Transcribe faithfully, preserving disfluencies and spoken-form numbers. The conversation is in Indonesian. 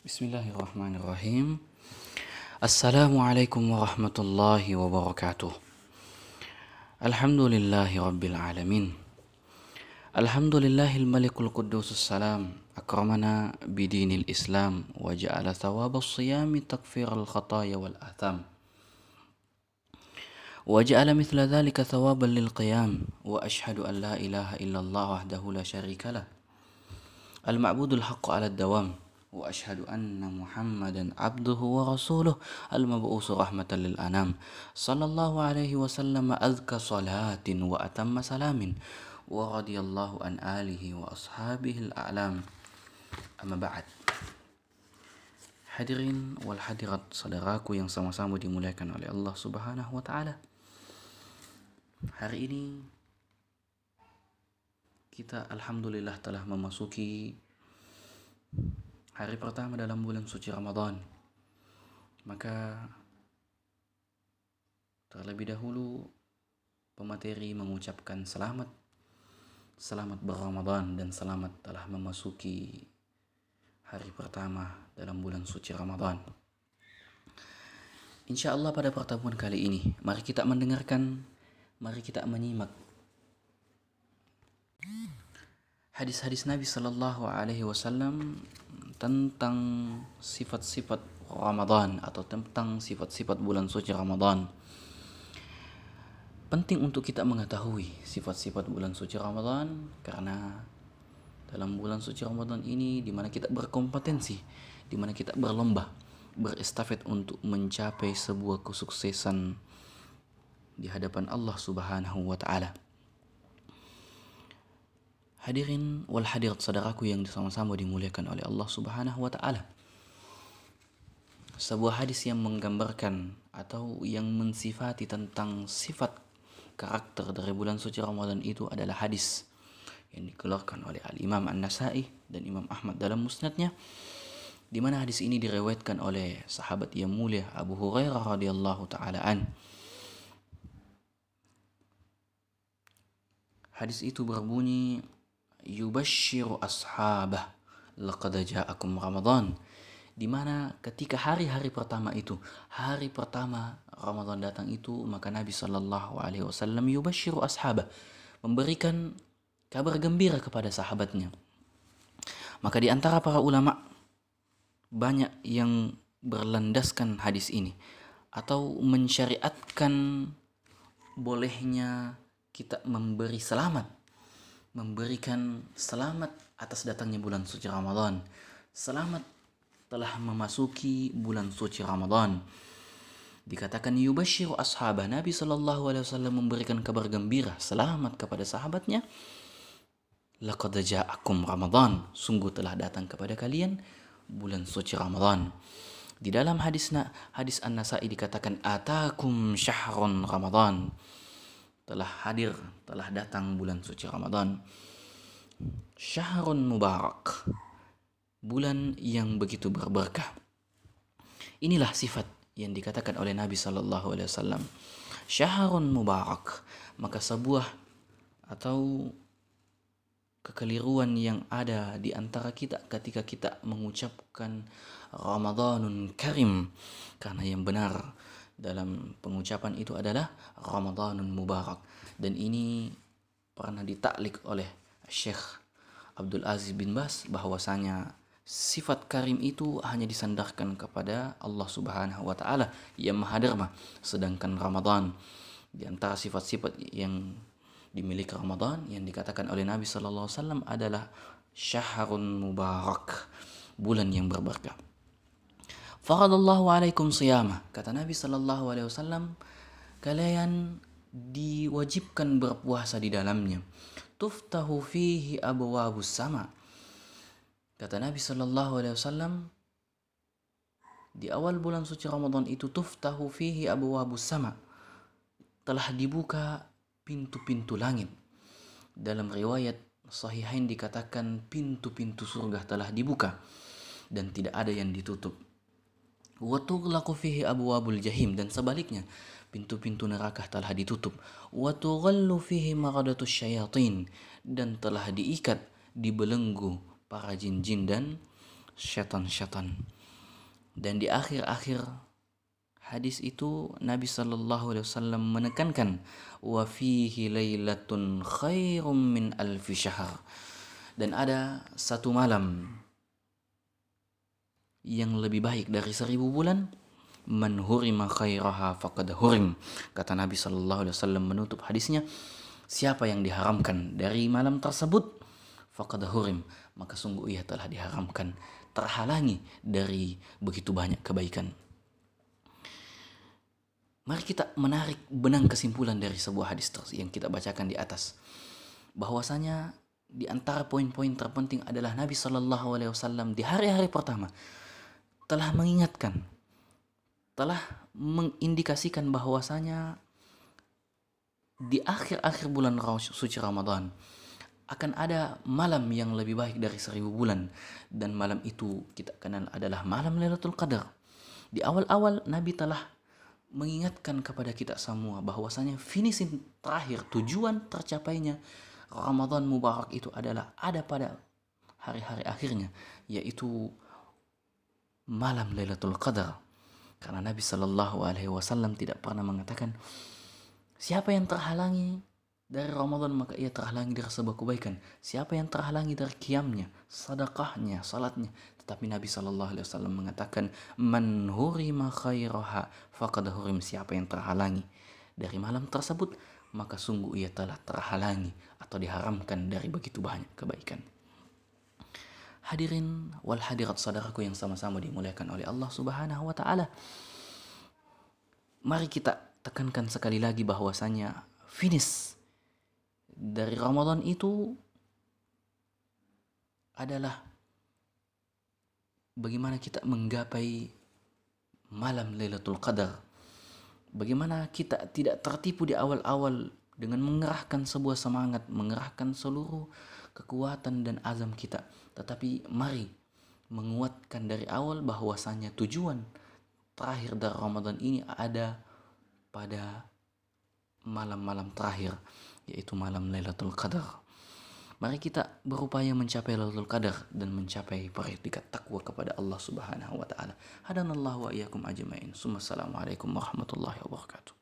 Bismillahirrahmanirrahim. Assalamualaikum warahmatullahi wabarakatuh. Alhamdulillahi rabbil alamin. Alhamdulillahil malikul qudusus salam. Akramana bidinil islam. Wa ja'ala thawabas siyami takfiral khataya wal atham. Wa ja'ala mithla dhalika thawaban lil qiyam. Wa ashhadu an la ilaha illallah wahdahu la syarika lah. Al-ma'budul haqqu ala dawam. Wa ashhadu anna Muhammadan abduhu wa rasuluh al-mab'usu rahmatan lil anam sallallahu alaihi wasallam azka salatin wa atamma salamin wa radiyallahu an alihi wa ashabihi al-a'lam. Amma ba'd. Hadirin wal hadirat, saudaraku yang sama-sama dimuliakan oleh Allah Subhanahu wa taala. Hari ini kita alhamdulillah telah memasuki hari pertama dalam bulan suci Ramadan. Maka terlebih dahulu pemateri mengucapkan selamat Selamat berRamadan dan selamat telah memasuki hari pertama dalam bulan suci Ramadan. Insya Allah pada pertemuan kali ini mari kita mendengarkan, mari kita menyimak hadis-hadis Nabi Sallallahu Alaihi Wasallam tentang sifat-sifat Ramadan atau tentang sifat-sifat bulan suci Ramadan. Penting untuk kita mengetahui sifat-sifat bulan suci Ramadan karena dalam bulan suci Ramadan ini di mana kita berkompetensi, di mana kita berlomba, berestafet untuk mencapai sebuah kesuksesan di hadapan Allah Subhanahu wa taala. Hadirin wal hadirat, saudaraku yang sama-sama dimuliakan oleh Allah Subhanahu wa taala. Sebuah hadis yang menggambarkan atau yang mensifati tentang sifat karakter dari bulan suci Ramadan itu adalah hadis yang dikeluarkan oleh Al-Imam An-Nasa'i dan Imam Ahmad dalam musnadnya, di mana hadis ini diriwayatkan oleh sahabat yang mulia Abu Hurairah radhiyallahu taala an. Hadis itu berbunyi, yubashiru ashabah laqad ja'akum Ramadan, di mana ketika hari-hari pertama itu, hari pertama Ramadan datang itu, maka Nabi Sallallahu Alaihi Wasallam yubashiru ashabah, memberikan kabar gembira kepada sahabatnya. Maka di antara para ulama banyak yang berlandaskan hadis ini atau mensyariatkan bolehnya kita memberi selamat, memberikan selamat atas datangnya bulan suci Ramadan. Selamat telah memasuki bulan suci Ramadan. Dikatakan yubashiru ashabah, Nabi sallallahu alaihi wasallam memberikan kabar gembira, selamat kepada sahabatnya. Laqad ja'akum Ramadan, sungguh telah datang kepada kalian bulan suci Ramadan. Di dalam hadis hadis An-Nasa'i dikatakan atakum syahrun Ramadan, telah hadir, telah datang bulan suci Ramadan. Syahrun mubarak, bulan yang begitu berberkah. Inilah sifat yang dikatakan oleh Nabi Sallallahu Alaihi Wasallam, syahrun mubarak. Maka sebuah atau kekeliruan yang ada di antara kita ketika kita mengucapkan Ramadanun Karim, karena yang benar dalam pengucapan itu adalah Ramadanun Mubarak. Dan ini pernah ditaklik oleh Syekh Abdul Aziz bin Baz bahwasanya sifat karim itu hanya disandarkan kepada Allah Subhanahu wa taala yang Maha Derma, sedangkan Ramadan di antara sifat-sifat yang dimiliki Ramadan yang dikatakan oleh Nabi sallallahu alaihi wasallam adalah syahrun mubarak, bulan yang berberkah. Faradallahu alaikum siyamah, kata Nabi sallallahu alaihi wasallam, kalian diwajibkan berpuasa di dalamnya. Tuftahu fihi abwabus sama. Kata Nabi sallallahu alaihi wasallam, di awal bulan suci Ramadan itu tuftahu fihi abwabus sama, telah dibuka pintu-pintu langit. Dalam riwayat sahihain dikatakan pintu-pintu surga telah dibuka dan tidak ada yang ditutup. Wa tughlaqu fihi abwabul jahim, dan sebaliknya pintu-pintu neraka telah ditutup. Wa tughallu fihi maradatus syayatin, dan telah diikat, dibelenggu para jin-jin dan syaitan-syaitan. Dan di akhir-akhir hadis itu Nabi Shallallahu Alaihi Wasallam menekankan wa fihi lailatun khairum min alfi syahr, dan ada satu malam yang lebih baik dari seribu bulan. Man hurima khairaha faqad hurim, kata Nabi Shallallahu Alaihi Wasallam menutup hadisnya, siapa yang diharamkan dari malam tersebut, faqad hurim, maka sungguh ia telah diharamkan, terhalangi dari begitu banyak kebaikan. Mari kita menarik benang kesimpulan dari sebuah hadis yang kita bacakan di atas, bahwasanya di antara poin-poin terpenting adalah Nabi Shallallahu Alaihi Wasallam di hari-hari pertama telah mengingatkan, telah mengindikasikan bahwasanya di akhir-akhir bulan suci Ramadan akan ada malam yang lebih baik dari seribu bulan, dan malam itu kita kenal adalah malam Lailatul Qadar. Di awal-awal Nabi telah mengingatkan kepada kita semua bahwasanya finishing terakhir, tujuan tercapainya Ramadan Mubarak itu adalah ada pada hari-hari akhirnya, yaitu malam Lailatul Qadar. Karena Nabi Shallallahu Alaihi Wasallam tidak pernah mengatakan siapa yang terhalangi dari Ramadan maka ia terhalangi dari sebuah kebaikan, siapa yang terhalangi dari qiyamnya, sedekahnya, salatnya. Tetapi Nabi Shallallahu Alaihi Wasallam mengatakan man hurima khairaha faqad hurim, siapa yang terhalangi dari malam tersebut maka sungguh ia telah terhalangi atau diharamkan dari begitu banyak kebaikan. Hadirin wal hadirat saudaraku yang sama-sama dimuliakan oleh Allah Subhanahu wa taala. Mari kita tekankan sekali lagi bahwasanya finish dari Ramadan itu adalah bagaimana kita menggapai malam Lailatul Qadar. Bagaimana kita tidak tertipu di awal-awal dengan mengerahkan sebuah semangat, mengerahkan seluruh kekuatan dan azam kita. Tetapi mari menguatkan dari awal bahwasanya tujuan terakhir dari Ramadan ini ada pada malam-malam terakhir, yaitu malam Lailatul Qadar. Mari kita berupaya mencapai Lailatul Qadar dan mencapai predikat takwa kepada Allah Subhanahu wa taala. Hadanallahu wa iyyakum ajmain. Assalamualaikum warahmatullahi wabarakatuh.